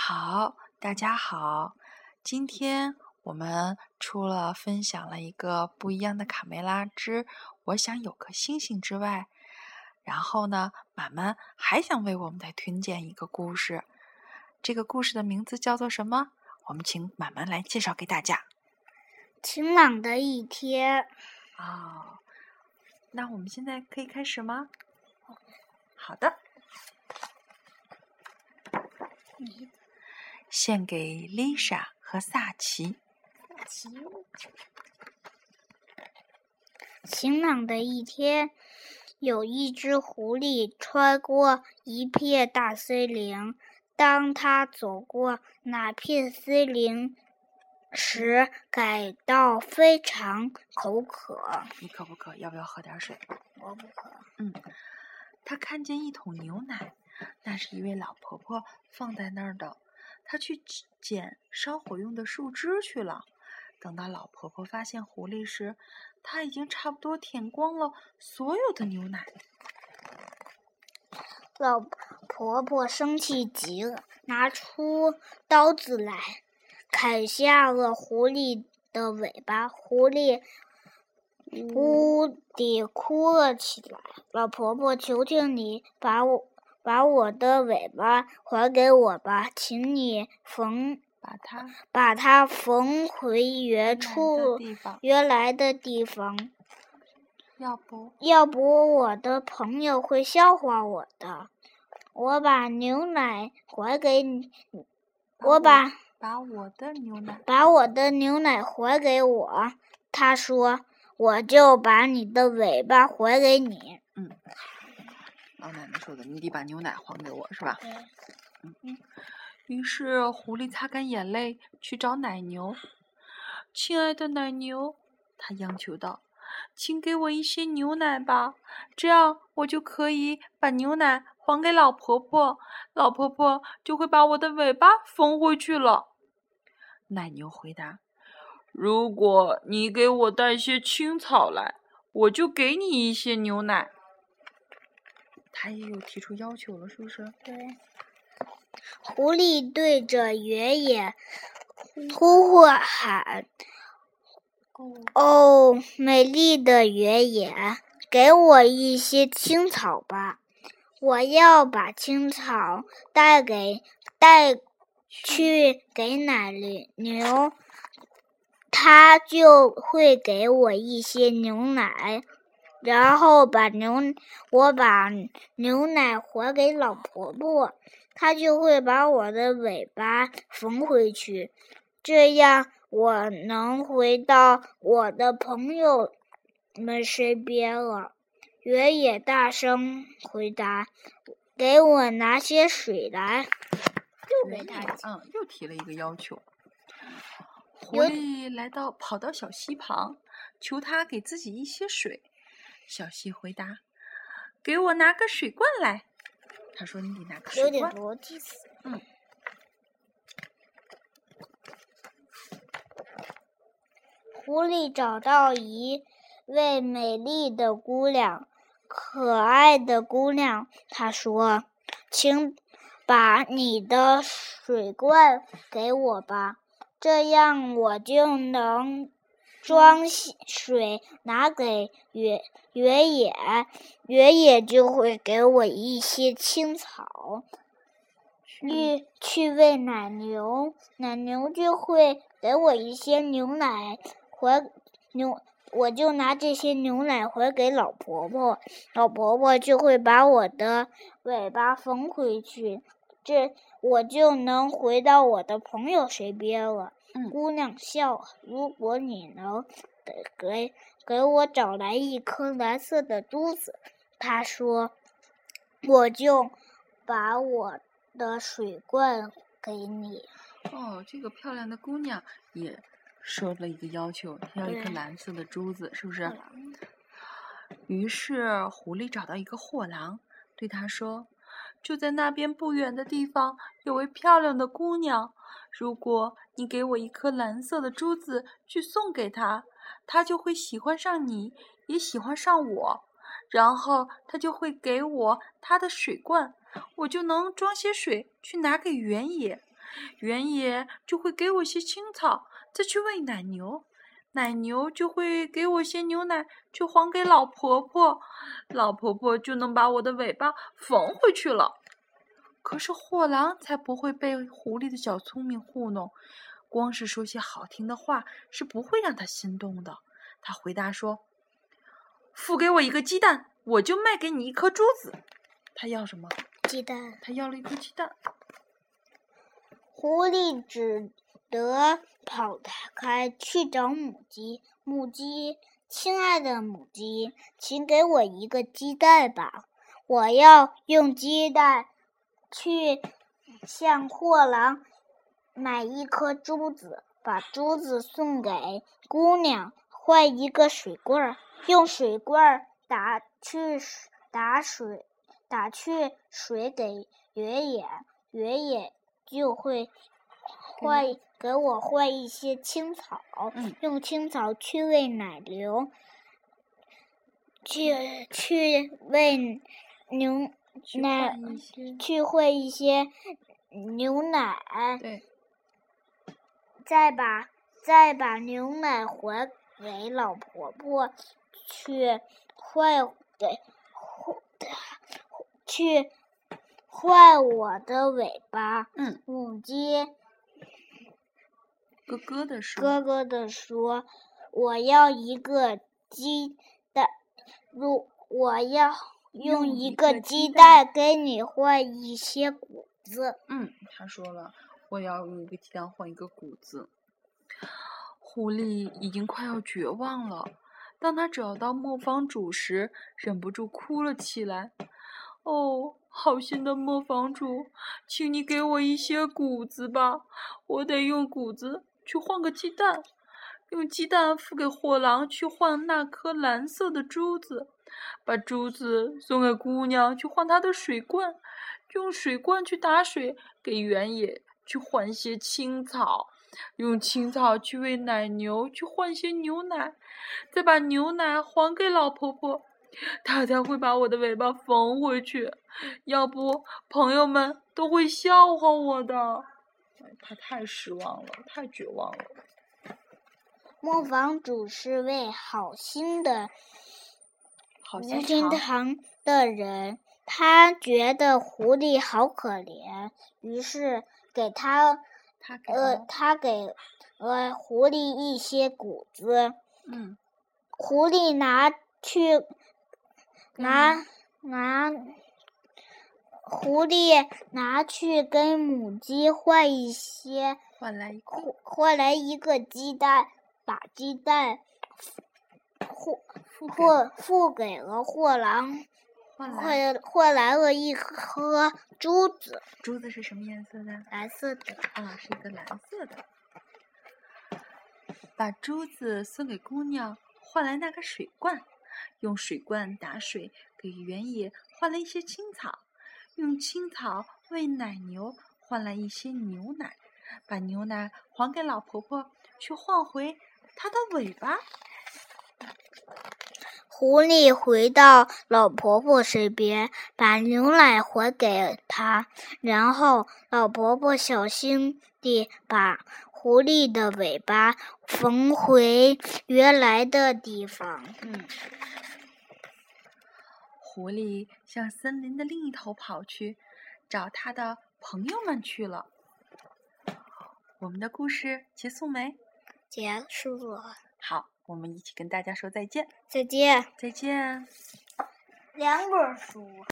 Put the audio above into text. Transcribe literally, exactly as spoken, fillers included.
好，大家好，今天我们除了分享了一个不一样的卡梅拉之我想有颗星星之外，然后呢，满满还想为我们再推荐一个故事。这个故事的名字叫做什么？我们请满满来介绍给大家。 晴朗的一天。 哦，那我们现在可以开始吗？好的。献给丽莎和萨奇。 晴朗的一天，有一只狐狸穿过一片大森林。当它走过那片森林时，感到非常口渴。 你渴不渴？要不要喝点水？ 我不渴。 嗯，他看见一桶牛奶，那是一位老婆婆放在那儿的。他去捡烧火用的树枝去了。等到老婆婆发现狐狸时，她已经差不多舔光了所有的牛奶。 老婆婆生气极了，拿出刀子来，砍下了狐狸的尾巴。狐狸呜地哭了起来。老婆婆，求求你把我把我的尾巴还给我吧，请你缝把它把它缝回原处原来的地方。 要不要不我的朋友会笑话我的。我把牛奶还给你，我把把我的牛奶把我的牛奶还给我。他说，我就把你的尾巴还给你。 嗯，老奶奶说的，你得把牛奶还给我，是吧？ 嗯嗯。于是狐狸擦干眼泪去找奶牛。亲爱的奶牛，他央求道，请给我一些牛奶吧，这样我就可以把牛奶还给老婆婆，老婆婆就会把我的尾巴缝回去了。奶牛回答，如果你给我带些青草来，我就给你一些牛奶。他也有提出要求了，是不是？ 对。狐狸对着原野呼呼喊，哦，美丽的原野，给我一些青草吧，我要把青草带给带去给奶牛，它就会给我一些牛奶，然后把牛我把牛奶还给老婆婆，她就会把我的尾巴缝回去，这样我能回到我的朋友们身边了。原野大声回答，给我拿些水来。 又给他嗯，又提了一个要求。狐狸来到跑到小溪旁，求他给自己一些水。小溪回答，给我拿个水罐来。他说你得拿个水罐。 有点逻辑思维。 嗯。 狐狸找到一位美丽的姑娘，可爱的姑娘，她说，请把你的水罐给我吧，这样我就能装水拿给原原野，原野就会给我一些青草，去去喂奶牛，奶牛就会给我一些牛奶，还牛我就拿这些牛奶还给老婆婆，老婆婆就会把我的尾巴缝回去，这我就能回到我的朋友身边了。 嗯、 姑娘笑，如果你能给给我找来一颗蓝色的珠子，她说，我就把我的水罐给你。 哦，这个漂亮的姑娘也说了一个要求，要一颗蓝色的珠子，是不是？于是狐狸找到一个货郎，对他说，就在那边不远的地方有位漂亮的姑娘，如果你给我一颗蓝色的珠子去送给她，她就会喜欢上你，也喜欢上我，然后她就会给我她的水罐，我就能装些水去拿给原野， 原野就会给我些青草，再去喂奶牛，奶牛就会给我些牛奶，去还给老婆婆，老婆婆就能把我的尾巴缝回去了。可是货郎才不会被狐狸的小聪明糊弄，光是说些好听的话是不会让他心动的。他回答说：“付给我一个鸡蛋，我就卖给你一颗珠子。”他要什么？ 鸡蛋。 他要了一颗鸡蛋。 狐狸只得跑开去找母鸡。母鸡，亲爱的母鸡，请给我一个鸡蛋吧，我要用鸡蛋去向货郎买一颗珠子，把珠子送给姑娘，换一个水棍儿，用水棍儿打去打水，打去水给原野，原野就会换给我换一些青草， 嗯、 用青草去喂奶牛，去去喂牛奶，去换一些牛奶， 对， 再把再把牛奶还给老婆婆，去换给去换我的尾巴。 嗯， 母鸡咯咯地说：“ 咯咯地说，我要一个鸡蛋，如我要用一个鸡蛋给你换一些谷子。” 嗯，他说了，我要用一个鸡蛋换一个谷子。狐狸已经快要绝望了。当他找到磨坊主时，忍不住哭了起来。哦，好心的磨坊主，请你给我一些谷子吧，我得用谷子去换个鸡蛋，用鸡蛋付给货郎去换那颗蓝色的珠子，把珠子送给姑娘去换她的水罐，用水罐去打水给原野去换些青草，用青草去喂奶牛去换些牛奶，再把牛奶还给老婆婆，她才会把我的尾巴缝回去，要不朋友们都会笑话我的。他太失望了，太绝望了。 磨坊主是位好心的好心肠的人，他觉得狐狸好可怜，于是给他他给呃他给呃狐狸一些谷子。 嗯， 狐狸拿去拿、嗯、拿狐狸拿去跟母鸡换一些， 换来一个换来一个鸡蛋，把鸡蛋付付付给了货郎，换换来了一颗珠子。 珠子是什么颜色的？ 蓝色的。 啊，是一个蓝色的。把珠子送给姑娘，换来那个水罐，用水罐打水给原野，换来一些青草，用青草喂奶牛，换来一些牛奶，把牛奶还给老婆婆，去换回她的尾巴。 狐狸回到老婆婆身边，把牛奶还给她，然后老婆婆小心地把狐狸的尾巴缝回原来的地方。 嗯，狐狸向森林的另一头跑去，找他的朋友们去了。我们的故事结束没？ 结束了。 好，我们一起跟大家说再见。 再见。 再见。 两本书。